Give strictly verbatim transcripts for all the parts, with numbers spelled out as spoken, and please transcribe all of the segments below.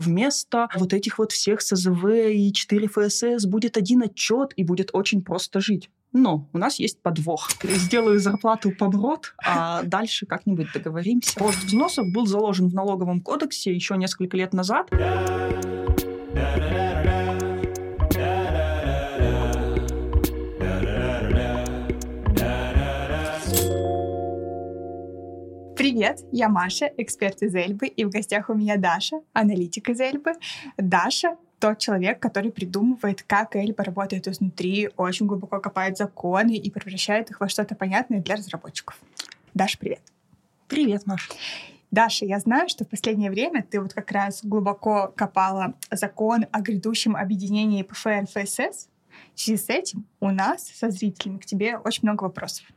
Вместо вот этих вот всех эс зэ вэ и четыре эф эс эс будет один отчет и будет очень просто жить. Но у нас есть подвох. Сделаю зарплату по брод, а дальше как-нибудь договоримся. Рост взносов был заложен в налоговом кодексе еще несколько лет назад. Привет, я Маша, эксперт из Эльбы, и в гостях у меня Даша, аналитик из Эльбы. Даша — тот человек, который придумывает, как Эльба работает изнутри, очень глубоко копает законы и превращает их во что-то понятное для разработчиков. Даша, привет. Привет, Маша. Даша, я знаю, что в последнее время ты вот как раз глубоко копала закон о грядущем объединении пэ эф эр и эф эс эс. В связи с этим у нас со зрителями к тебе очень много вопросов.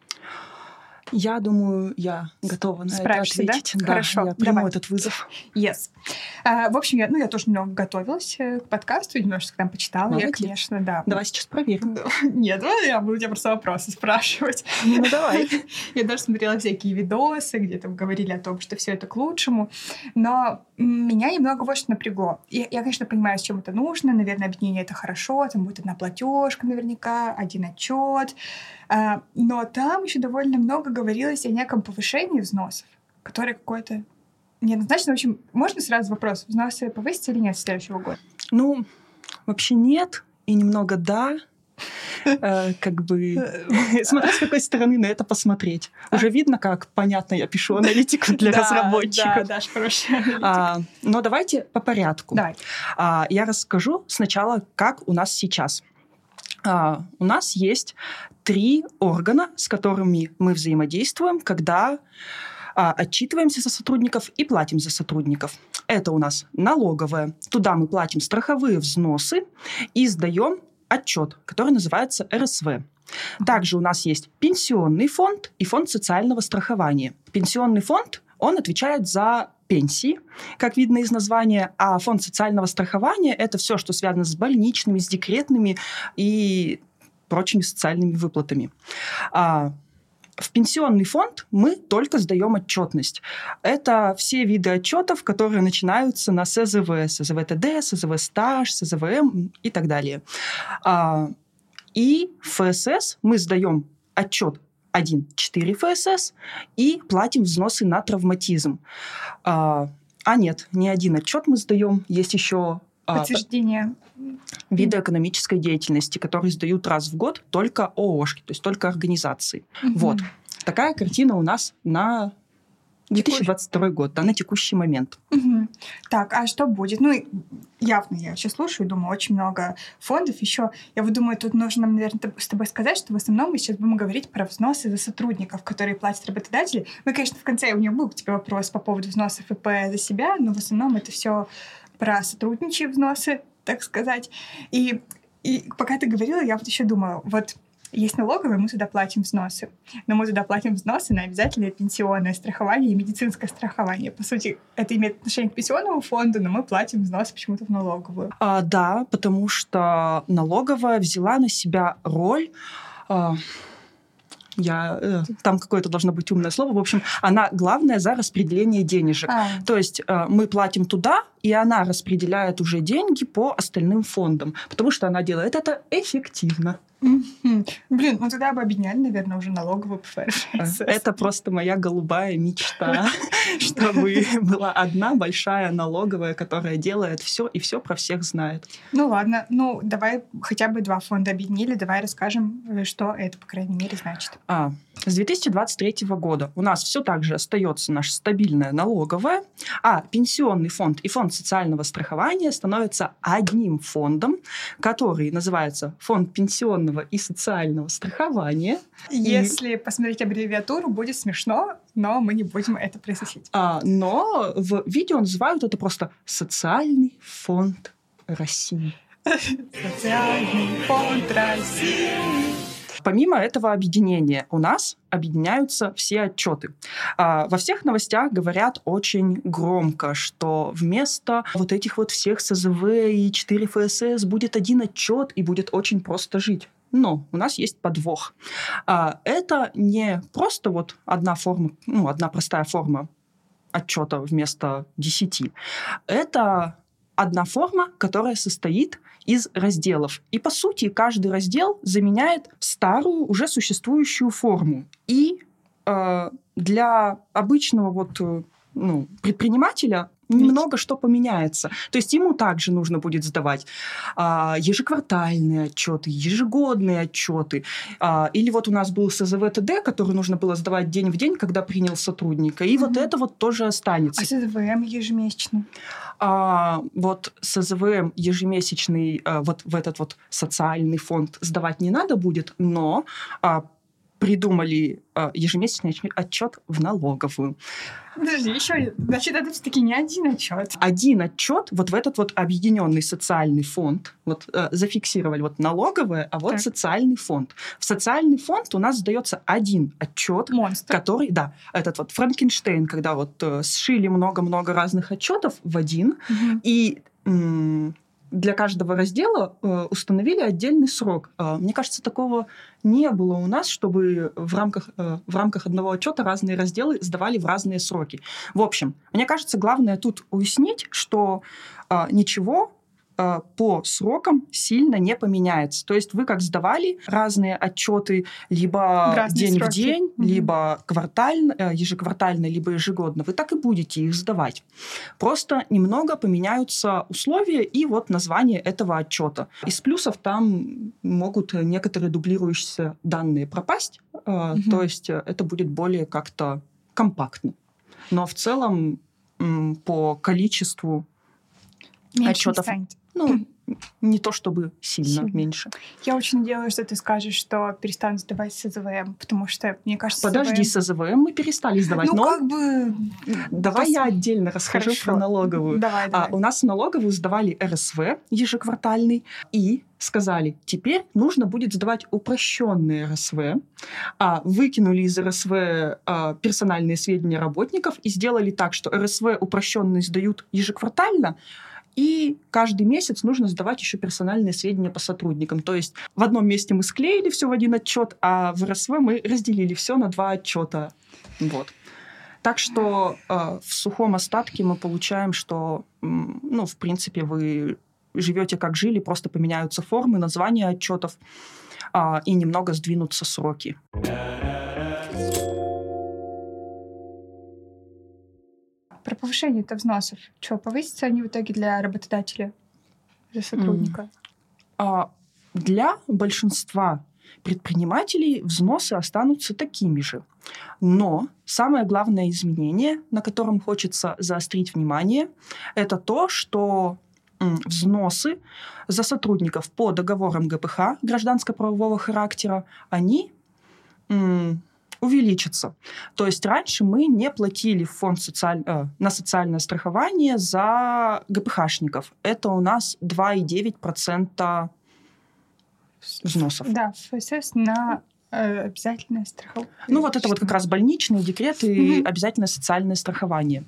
Я думаю, я готова на Справишься, это ответить. Да? Да, Хорошо, я приму давай. этот вызов. Yes. А, в общем, я, ну, я тоже немного готовилась к подкасту, немножко там почитала. Молодец. Я, конечно, да. Давай сейчас проверим. Нет, я буду тебя просто вопросы спрашивать. Ну, давай. Я даже смотрела всякие видосы, где там говорили о том, что все это к лучшему. Но меня немного вот что напрягло. Я, я, конечно, понимаю, с чем это нужно. Наверное, объединение — это хорошо. Там будет одна платежка наверняка, один отчет. А, но там еще довольно много говорилось о неком повышении взносов, которое какое-то неоднозначно. В общем, можно сразу вопрос: взносы повысятся или нет с следующего года? Ну, вообще нет, и немного да. Э, как бы... Смотря с какой стороны на это посмотреть. Уже видно, как понятно я пишу аналитику для разработчиков. Да, Даша, хороший аналитик. Но давайте по порядку. Давай. Я расскажу сначала, как у нас сейчас. Uh, у нас есть три органа, с которыми мы взаимодействуем, когда uh, отчитываемся за сотрудников и платим за сотрудников. Это у нас налоговая. Туда мы платим страховые взносы и сдаем отчет, который называется эр эс вэ. Также у нас есть пенсионный фонд и фонд социального страхования. Пенсионный фонд, он отвечает за пенсии, как видно из названия, а фонд социального страхования — это все, что связано с больничными, с декретными и прочими социальными выплатами. А в пенсионный фонд мы только сдаем отчетность. Это все виды отчетов, которые начинаются на эс зэ вэ, эс зэ вэ тэ дэ, эс зэ вэ стаж, эс зэ вэ эм и так далее. А, и в эф эс эс мы сдаем отчет один четыре эф эс эс и платим взносы на травматизм. А, а нет, не один отчет мы сдаем, есть еще подтверждение виды экономической деятельности, которые сдают раз в год только ООшки, то есть только организации. Mm-hmm. Вот. Такая картина у нас на две тысячи двадцать второй год, да, на текущий момент. Угу. Так, а что будет? Ну, явно я сейчас слушаю и думаю, очень много фондов еще. Я вот думаю, тут нужно, наверное, с тобой сказать, что в основном мы сейчас будем говорить про взносы за сотрудников, которые платят работодатели. Ну, конечно, в конце у меня был к тебе вопрос по поводу взносов ИП за себя, но в основном это все про сотрудничьи взносы, так сказать. И, и пока ты говорила, я вот еще думаю, вот есть налоговые, мы туда платим взносы. Но мы туда платим взносы на обязательное пенсионное страхование и медицинское страхование. По сути, это имеет отношение к пенсионному фонду, но мы платим взносы почему-то в налоговую. А, да, потому что налоговая взяла на себя роль... А... Я, э, там какое-то должно быть умное слово. В общем, она главная за распределение денежек. А. То есть э, мы платим туда, и она распределяет уже деньги по остальным фондам, потому что она делает это эффективно. Mm-hmm. Блин, ну тогда бы объединяли, наверное, уже налоговую пэ эф эр и эф эс эс. Это просто моя голубая мечта, чтобы была одна большая налоговая, которая делает все и все про всех знает. Ну ладно, ну давай хотя бы два фонда объединили, давай расскажем, что это, по крайней мере, значит. А, с две тысячи двадцать третьего года у нас все так же остается наша стабильная налоговая, а пенсионный фонд и фонд социального страхования становятся одним фондом, который называется Фонд пенсионного и социального страхования. Если и... посмотреть аббревиатуру, будет смешно, но мы не будем это произносить. А, но в видео называют это просто «Социальный фонд России». Социальный фонд России. Помимо этого объединения у нас объединяются все отчеты. Во всех новостях говорят очень громко, что вместо вот этих вот всех эс зэ вэ и четыре эф эс эс будет один отчет и будет очень просто жить. Но у нас есть подвох. Это не просто вот одна форма, ну, одна простая форма отчета вместо десяти. Это одна форма, которая состоит из разделов. И, по сути, каждый раздел заменяет старую, уже существующую форму. И э, для обычного вот, э, ну, предпринимателя немного что поменяется. То есть ему также нужно будет сдавать а, ежеквартальные отчеты, ежегодные отчеты. А, или вот у нас был СЗВ-ТД, который нужно было сдавать день в день, когда принял сотрудника. И mm-hmm. вот это вот тоже останется. А СЗВМ ежемесячный? А, вот СЗВМ ежемесячный, а, вот в этот вот социальный фонд сдавать не надо будет, но а, придумали а, ежемесячный отчет в налоговую. Подожди, еще, значит, это все-таки не один отчет. Один отчет вот в этот вот объединенный социальный фонд, вот э, зафиксировали вот налоговое, а вот так. социальный фонд. В социальный фонд у нас сдается один отчет, Монстр. который, да, этот вот Франкенштейн, когда вот э, сшили много-много разных отчетов в один, угу. и м- для каждого раздела э, установили отдельный срок. Э, мне кажется, такого не было у нас, чтобы в рамках, э, в рамках одного отчета разные разделы сдавали в разные сроки. В общем, мне кажется, главное тут уяснить, что э, ничего э, по срокам сильно не поменяется. То есть вы как сдавали разные отчеты либо день сроки. в день, mm-hmm. либо квартально, э, ежеквартально, либо ежегодно, вы так и будете их сдавать. Просто немного поменяются условия и вот название этого отчета. Из плюсов там могут некоторые дублирующиеся данные пропасть, э, mm-hmm. то есть это будет более как-то компактно. Но в целом м, по количеству меньше отчетов... Ну, не то чтобы сильно, сильно меньше. Я очень надеюсь, что ты скажешь, что перестанут сдавать СЗВМ, потому что, мне кажется... Подожди, СЗВМ мы перестали сдавать. Ну, но... как бы... Давай Пос... я отдельно расскажу Хорошо. про налоговую. Давай, давай. А, у нас в налоговую сдавали РСВ ежеквартальный и сказали, теперь нужно будет сдавать упрощенные РСВ, а, выкинули из РСВ а, персональные сведения работников и сделали так, что РСВ упрощенные сдают ежеквартально, и каждый месяц нужно сдавать еще персональные сведения по сотрудникам. То есть в одном месте мы склеили все в один отчет, а в РСВ мы разделили все на два отчета. Вот. Так что э, в сухом остатке мы получаем, что, ну, в принципе, вы живете как жили, просто поменяются формы, названия отчетов э, и немного сдвинутся сроки. Про повышение-то взносов. Что, повысятся они в итоге для работодателя, для сотрудника? Mm. А для большинства предпринимателей взносы останутся такими же. Но самое главное изменение, на котором хочется заострить внимание, это то, что м, взносы за сотрудников по договорам ГПХ, гражданско-правового характера, они... М, увеличится. То есть раньше мы не платили в фонд социаль... э, на социальное страхование за ГПХшников. Это у нас два целых девять десятых процента взносов. Да, ФСС на э, обязательное страхование. Ну вот это вот как раз больничные декреты и mm-hmm. обязательное социальное страхование.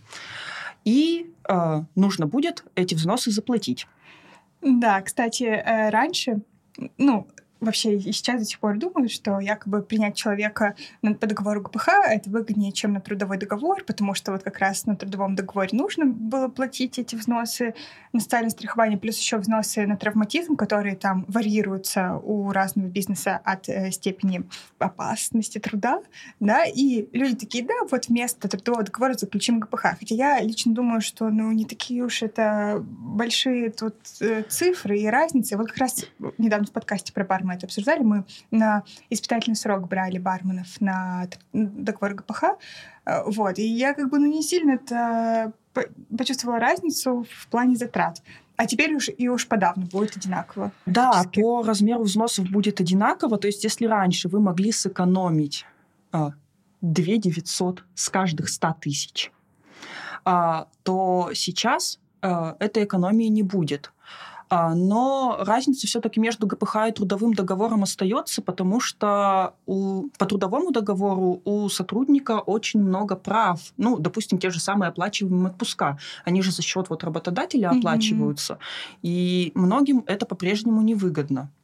И э, нужно будет эти взносы заплатить. Да, кстати, э, раньше, ну, вообще и сейчас до сих пор думают, что якобы принять человека по договору ГПХ это выгоднее, чем на трудовой договор, потому что вот как раз на трудовом договоре нужно было платить эти взносы на социальное страхование, плюс еще взносы на травматизм, которые там варьируются у разного бизнеса от э, степени опасности труда, да, и люди такие, да, вот вместо трудового договора заключим ГПХ. Хотя я лично думаю, что, ну, не такие уж это большие тут э, цифры и разницы. Вот как раз недавно в подкасте про бармен это обсуждали, мы на испытательный срок брали барменов на договор ГПХ, вот, и я как бы, ну, не сильно это почувствовала разницу в плане затрат. А теперь уж и уж подавно будет одинаково. Да, по размеру взносов будет одинаково, то есть если раньше вы могли сэкономить а, две тысячи девятьсот с каждых ста тысяч, а, то сейчас а, этой экономии не будет. Но разница все-таки между ГПХ и трудовым договором остается, потому что у, по трудовому договору у сотрудника очень много прав. Ну, допустим, те же самые оплачиваемые отпуска. Они же за счет вот работодателя mm-hmm. оплачиваются. И многим это по-прежнему невыгодно.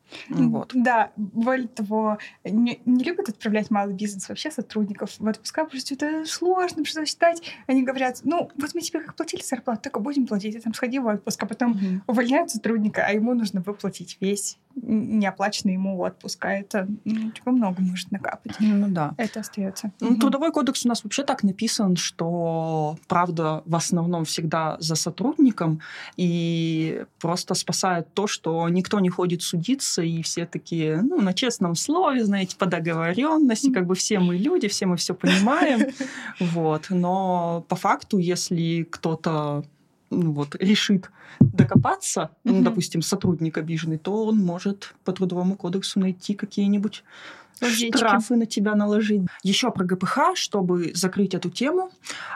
Вот. Да, более того, не, не любят отправлять малый бизнес вообще сотрудников в отпуска, потому что это сложно, что считать. Они говорят, ну, вот мы тебе как платили зарплату, так и будем платить. Ты там сходи в отпуск, а потом mm-hmm. увольняют сотрудника, а ему нужно выплатить весь неоплаченный ему отпуск. А это, ну, типа, много может накапать. Ну да. Это остается. Ну, mm-hmm. Трудовой кодекс у нас вообще так написан, что правда в основном всегда за сотрудником, и просто спасает то, что никто не ходит судиться, и все такие, ну, на честном слове, знаете, по договоренности, как бы все мы люди, все мы все понимаем, вот. Но по факту, если кто-то, ну, вот, решит докопаться, mm-hmm. ну, допустим, сотрудник обиженный, то он может по Трудовому кодексу найти какие-нибудь Лазечки. штрафы на тебя наложить. Еще про ГПХ, чтобы закрыть эту тему.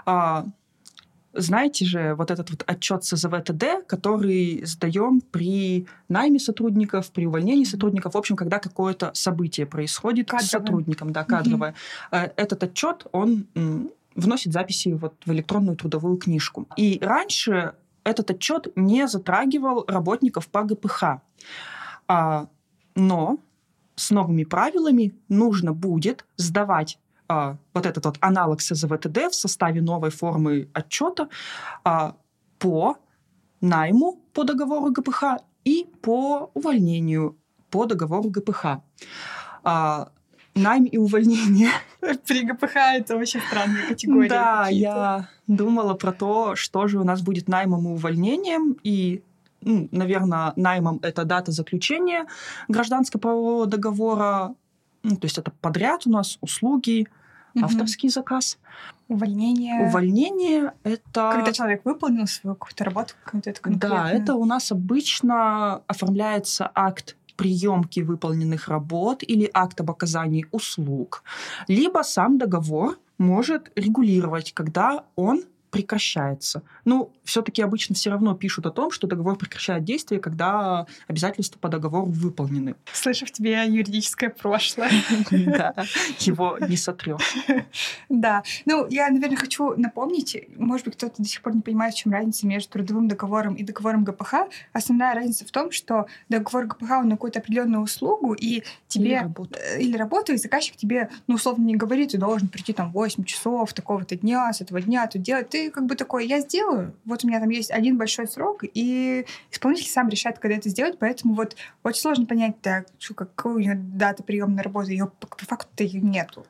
Знаете же, вот этот вот отчет С З В Т Д, который сдаем при найме сотрудников, при увольнении сотрудников, в общем, когда какое-то событие происходит кадровое. С сотрудником, да, кадровое. Mm-hmm. Этот отчет, он вносит записи вот в электронную трудовую книжку. И раньше этот отчет не затрагивал работников по ГПХ. Но с новыми правилами нужно будет сдавать а, вот этот вот аналог С З В Т Д в составе новой формы отчета а, по найму по договору ГПХ и по увольнению по договору ГПХ. А, найм и увольнение. При ГПХ это вообще странная категория. Да, какие-то. Я думала про то, что же у нас будет наймом и увольнением, и ну, наверное, наймом это дата заключения гражданско-правового договора. Ну, то есть это подряд у нас, услуги, угу. авторский заказ. Увольнение. Увольнение — это... Когда человек выполнил свою какую-то работу, какую-то конкретную. Да, это у нас обычно оформляется акт приемки выполненных работ или акт об оказании услуг. Либо сам договор может регулировать, когда он прекращается. Ну, все-таки обычно все равно пишут о том, что договор прекращает действие, когда обязательства по договору выполнены. Слышу в тебе юридическое прошлое. Да, его не сотрёшь. Да. Ну, я, наверное, хочу напомнить, может быть, кто-то до сих пор не понимает, в чем разница между трудовым договором и договором ГПХ. Основная разница в том, что договор ГПХ, он на какую-то определенную услугу, и тебе... Или работу. Или работу, и заказчик тебе, ну, условно не говорит, ты должен прийти там восемь часов такого-то дня, с этого дня тут делать. Ты как бы такой, я сделаю, вот у меня там есть один большой срок, и исполнитель сам решает, когда это сделать, поэтому вот очень сложно понять, так, что, какую у нее дата приемной работы, ее по, по факту-то ее нету.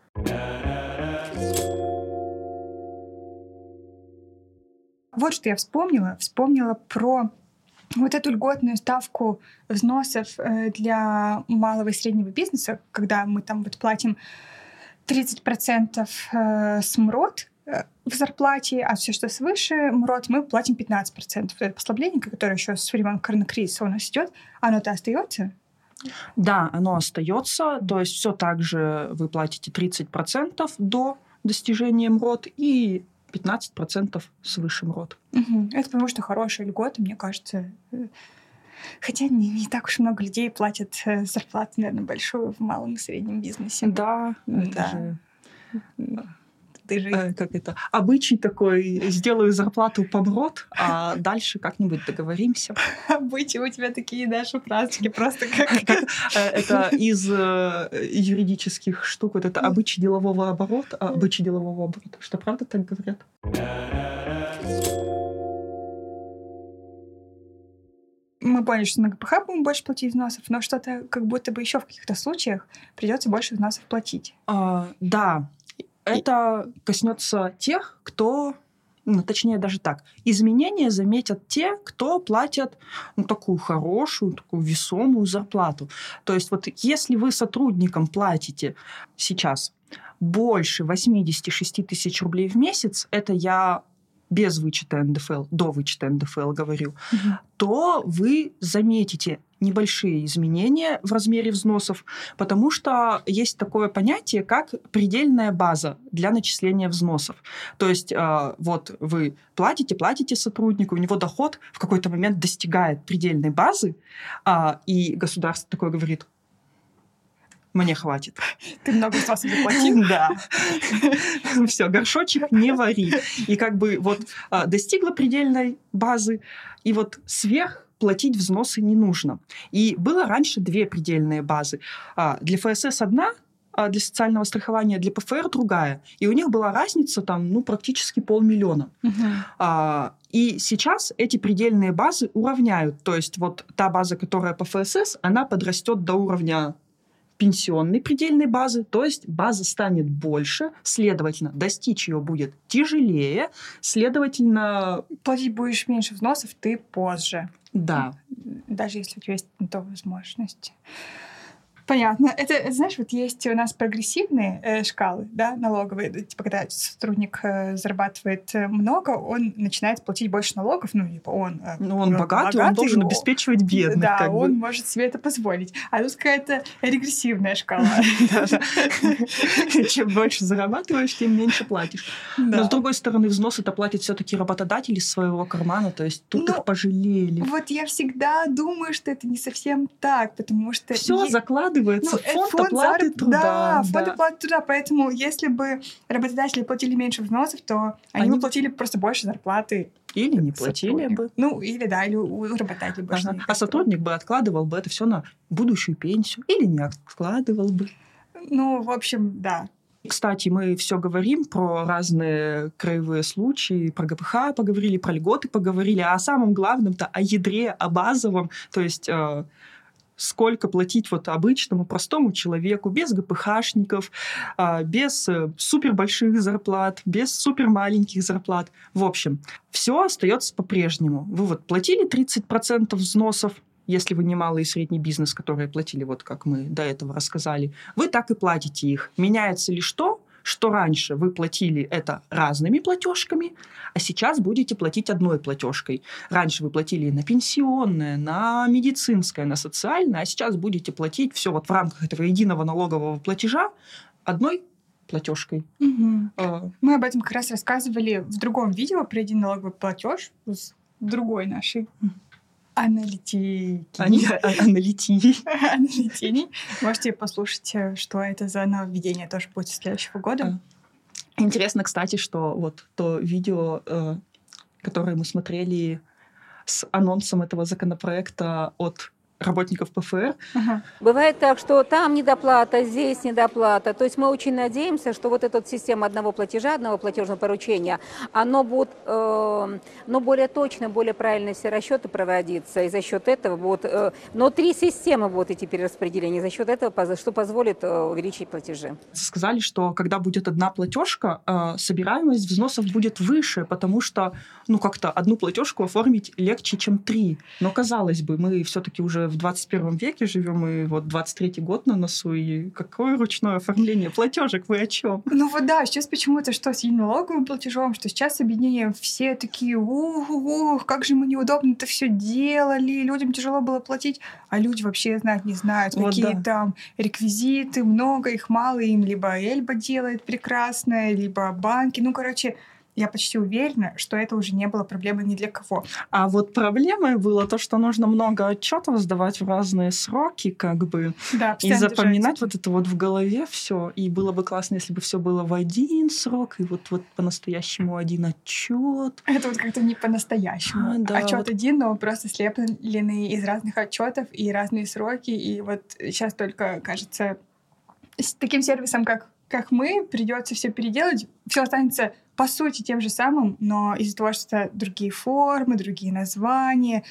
Вот что я вспомнила. Вспомнила про вот эту льготную ставку взносов для малого и среднего бизнеса, когда мы там вот платим тридцать процентов с МРОТ в зарплате, а все, что свыше МРОТ, мы платим пятнадцать процентов. Это послабление, которое еще с времен коронакризиса у нас идет, оно-то остается? Да, оно остается. То есть все так же вы платите тридцать процентов до достижения МРОТ и пятнадцать процентов свыше МРОТ. Угу. Это потому что хорошая льгота, мне кажется. Хотя не, не так уж много людей платят зарплату, наверное, большую в малом и среднем бизнесе. Да, да. Же... Ты же... Э, как это? Обычай такой, сделаю зарплату по МРОТ, а дальше как-нибудь договоримся. Обычаи у тебя такие, Даша, праздники просто как... Это из юридических штук, вот это обычай делового оборота, обычай делового оборота. Что, правда так говорят? Мы поняли, что на ГПХ будем больше платить взносов, но что-то как будто бы еще в каких-то случаях придется больше взносов платить. А, да, это коснется тех, кто, ну, точнее даже так, изменения заметят те, кто платят ну, такую хорошую, такую весомую зарплату. То есть вот если вы сотрудникам платите сейчас больше восемьдесят шесть тысяч рублей в месяц, это я без вычета эн дэ эф эл, до вычета эн дэ эф эл говорю, угу. то вы заметите небольшие изменения в размере взносов, потому что есть такое понятие, как предельная база для начисления взносов. То есть э, вот вы платите, платите сотруднику, у него доход в какой-то момент достигает предельной базы, э, и государство такое говорит: мне хватит. Ты много взносов заплатил? Да. Все, горшочек не вари. И как бы вот а, достигла предельной базы, и вот сверх платить взносы не нужно. И было раньше две предельные базы. А, для эф эс эс одна, а для социального страхования, для пэ эф эр другая. И у них была разница там, ну, практически полмиллиона. Uh-huh. А, и сейчас эти предельные базы уравняют. То есть вот та база, которая по эф эс эс, она подрастет до уровня пенсионной предельной базы, то есть база станет больше, следовательно, достичь ее будет тяжелее, следовательно... Платить будешь меньше взносов ты позже. Да. Даже если у тебя есть на то возможности. Понятно. Это, знаешь, вот есть у нас прогрессивные э, шкалы, да, налоговые. Типа, когда сотрудник э, зарабатывает много, он начинает платить больше налогов. Ну, типа, он... Э, ну, он богатый, богатый, он должен обеспечивать бедных. Да, как он бы. может себе это позволить. А тут какая-то регрессивная шкала. Чем больше зарабатываешь, тем меньше платишь. Но, с другой стороны, взносы-то платят все-таки работодатели из своего кармана, то есть тут их пожалели. Вот я всегда думаю, что это не совсем так, потому что... Все закладывается. Ну, фонд, фонд оплаты зар... труда. Да, фонд да. оплаты труда. Поэтому если бы работодатели платили меньше взносов, то они, они бы платили просто больше зарплаты. Или не платили бы. Ну, или да, или у работодателей больше. Ага. А сотрудник бы откладывал бы это все на будущую пенсию. Или не откладывал бы. Ну, в общем, да. Кстати, мы все говорим про разные краевые случаи, про гэ пэ ха поговорили, про льготы поговорили, а о самом главном-то о ядре, о базовом, то есть... Э, сколько платить вот обычному, простому человеку, без гэ пэ хашников, без супербольших зарплат, без супермаленьких зарплат. В общем, все остается по-прежнему. Вы вот платили тридцать процентов взносов, если вы не малый и средний бизнес, которые платили, вот как мы до этого рассказали, вы так и платите их. Меняется лишь то, что раньше вы платили это разными платежками, а сейчас будете платить одной платежкой. Раньше вы платили на пенсионное, на медицинское, на социальное, а сейчас будете платить все вот в рамках этого единого налогового платежа одной платежкой. Угу. А... Мы об этом как раз рассказывали в другом видео про единый налоговый платеж с другой нашей аналитики. Они, а, аналитики. Аналитики. Можете послушать, что это за нововведение, тоже будет с следующего года. Интересно, кстати, что вот то видео, которое мы смотрели с анонсом этого законопроекта от работников пэ эф эр. Ага. Бывает так, что там недоплата, здесь недоплата. То есть мы очень надеемся, что вот эта вот система одного платежа, одного платежного поручения, оно будет э, ну, более точно, более правильно все расчеты проводиться. И за счет этого будут... Э, внутри системы будут эти перераспределения. За счет этого, что позволит э, увеличить платежи. Сказали, что когда будет одна платежка, э, собираемость взносов будет выше, потому что ну, как-то одну платежку оформить легче, чем три. Но, казалось бы, мы все-таки уже в двадцать первом веке живем, и вот двадцать третий год на носу, и какое ручное оформление платежек, вы о чем? Ну вот да, сейчас почему-то что с налоговым платежом, что сейчас с объединением все такие, ух, как же мы неудобно это все делали, людям тяжело было платить, а люди вообще знать не знают, вот какие да. там реквизиты, много их, мало, им либо Эльба делает прекрасное, либо банки, ну, короче... Я почти уверена, что это уже не было проблемой ни для кого. А вот проблемой было то, что нужно много отчетов сдавать в разные сроки, как бы, да, и запоминать вот это вот в голове все. И было бы классно, если бы все было в один срок, и вот, вот по-настоящему один отчет. Это вот как-то не по-настоящему. А, да, отчет вот... один, но просто слепленный из разных отчетов и разные сроки. И вот сейчас только, кажется, с таким сервисом, как как мы, придется все переделать, все останется по сути тем же самым, но из-за того, что это другие формы, другие названия,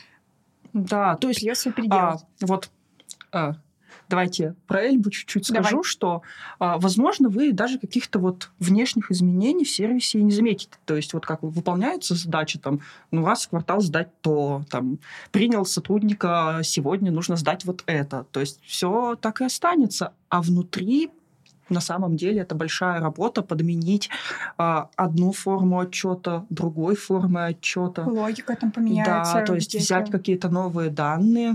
да, то есть придется переделать. А, вот а, давайте про Эльбу чуть-чуть скажу, Давай. что, а, возможно, вы даже каких-то вот внешних изменений в сервисе и не заметите. То есть вот как выполняется задача, там, ну, раз в квартал сдать то, там, принял сотрудника, сегодня нужно сдать вот это. То есть все так и останется. А внутри на самом деле это большая работа подменить э, одну форму отчета другой формой отчета. Логика там поменяется. Да, то есть где-то. Взять какие-то новые данные.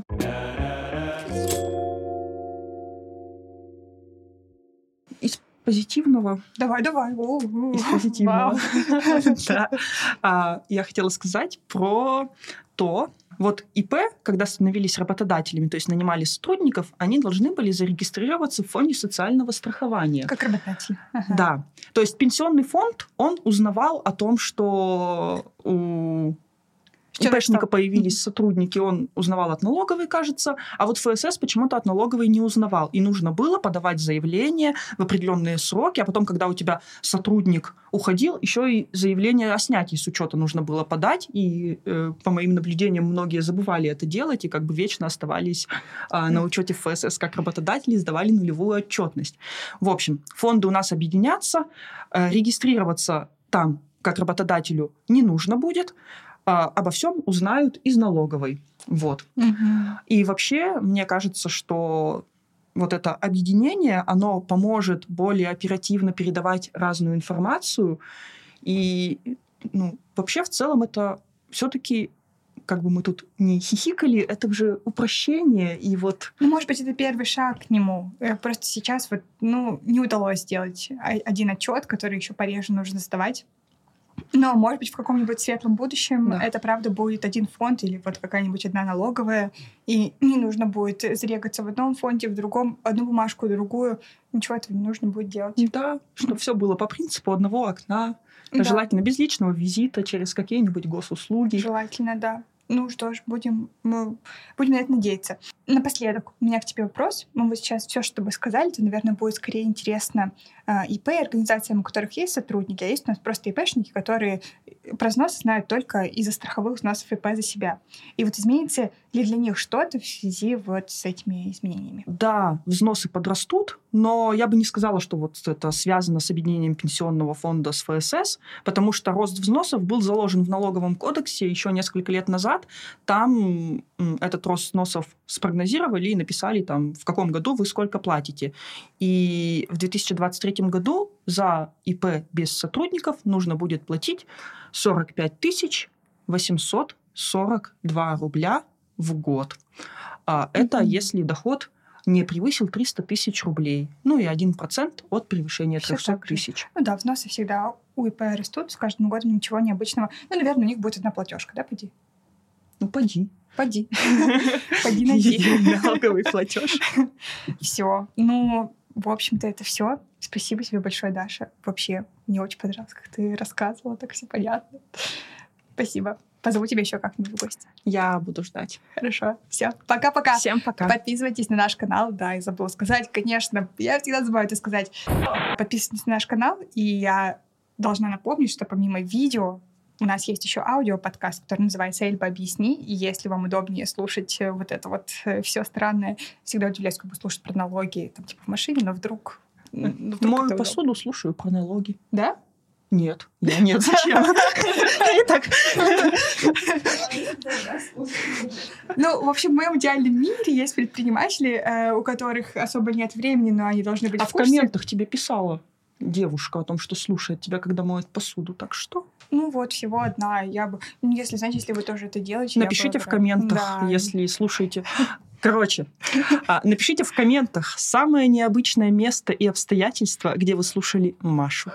Из позитивного. Давай, давай. Из позитивного. Да. Я хотела сказать про то, Вот ИП, когда становились работодателями, то есть нанимали сотрудников, они должны были зарегистрироваться в фонде социального страхования. Как работодатель. Ага. Да. То есть пенсионный фонд, он узнавал о том, что у ИПшника появились сотрудники, он узнавал от налоговой, кажется, а вот ФСС почему-то от налоговой не узнавал. И нужно было подавать заявление в определенные сроки, а потом, когда у тебя сотрудник уходил, еще и заявление о снятии с учета нужно было подать. И э, по моим наблюдениям, многие забывали это делать и как бы вечно оставались э, на учете в ФСС как работодатели, сдавали нулевую отчетность. В общем, фонды у нас объединятся, э, регистрироваться там как работодателю не нужно будет, обо всем узнают из налоговой. Вот. Угу. И вообще, мне кажется, что вот это объединение, оно поможет более оперативно передавать разную информацию. И ну, вообще, в целом, это все-таки, как бы мы тут не хихикали, это же упрощение. И вот... Ну, может быть, это первый шаг к нему. Просто сейчас вот, ну, не удалось сделать один отчет, который еще пореже нужно сдавать. Но, может быть, в каком-нибудь светлом будущем да. это, правда, будет один фонд или вот какая-нибудь одна налоговая, и не нужно будет зарегаться в одном фонде, в другом, одну бумажку, другую. Ничего этого не нужно будет делать. Да, чтобы все было по принципу одного окна. Да. Желательно без личного визита, через какие-нибудь госуслуги. Желательно, да. Ну что ж, будем, мы будем на это надеяться. Напоследок, у меня к тебе вопрос. Мы вот сейчас все, что вы сказали, то, наверное, будет скорее интересно э, ИП, организациям, у которых есть сотрудники, а есть у нас просто ИПшники, которые про взносы знают только из-за страховых взносов ИП за себя. И вот изменится ли для них что-то в связи вот с этими изменениями? Да, взносы подрастут, но я бы не сказала, что вот это связано с объединением пенсионного фонда с ФСС, потому что рост взносов был заложен в налоговом кодексе еще несколько лет назад. Там этот рост взносов спрогнозировали и написали, там, в каком году вы сколько платите. И в две тысячи двадцать третьем году за ИП без сотрудников нужно будет платить сорок пять тысяч восемьсот сорок два рубля в год. А это mm-hmm. если доход не превысил триста тысяч рублей. Ну и один процент от превышения трехсот тысяч. Ну да, взносы всегда у ИП растут, с каждым годом ничего необычного. Ну, наверное, у них будет одна платежка, да, поди? Ну, поди. Поди. Поди найди. Налоговый платеж. Все. Ну, в общем-то, это все. Спасибо тебе большое, Даша. Вообще, мне очень понравилось, как ты рассказывала, так все понятно. Спасибо. Позову тебя еще как-нибудь в гости. Я буду ждать. Хорошо. Все. Пока-пока. Всем пока. Подписывайтесь на наш канал. Да, я забыла сказать, конечно. Я всегда забываю это сказать. Подписывайтесь на наш канал. И я должна напомнить, что помимо видео у нас есть еще аудиоподкаст, который называется «Эльба, объясни». И если вам удобнее слушать вот это вот все странное, всегда удивляюсь, как бы слушать про налоги, там, типа в машине, но вдруг... Ну, вдруг мою посуду удобно. Слушаю про налоги. Да? Нет. Я нет, зачем? Итак. Ну, в общем, в моем идеальном мире есть предприниматели, у которых особо нет времени, но они должны быть в курсе. А в комментах тебе писала девушка о том, что слушает тебя, когда моет посуду. Так что? Ну вот, всего одна. Я бы... Если, знаете, если вы тоже это делаете... Напишите в комментах, да. если слушаете... Короче, напишите в комментах самое необычное место и обстоятельства, где вы слушали Машу.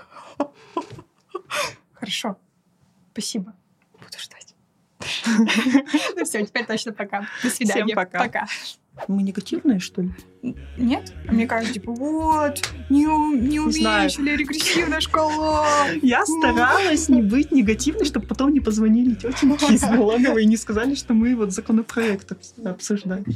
Хорошо. Спасибо. Буду ждать. Ну все, теперь точно пока. До свидания. Всем пока. Пока. Мы негативные, что ли? Нет? Мне кажется, типа, вот, не, не умеешь или регрессивная шкала. Я старалась не быть негативной, чтобы потом не позвонили тетеньки из налоговой и не сказали, что мы вот законопроект обсуждаем.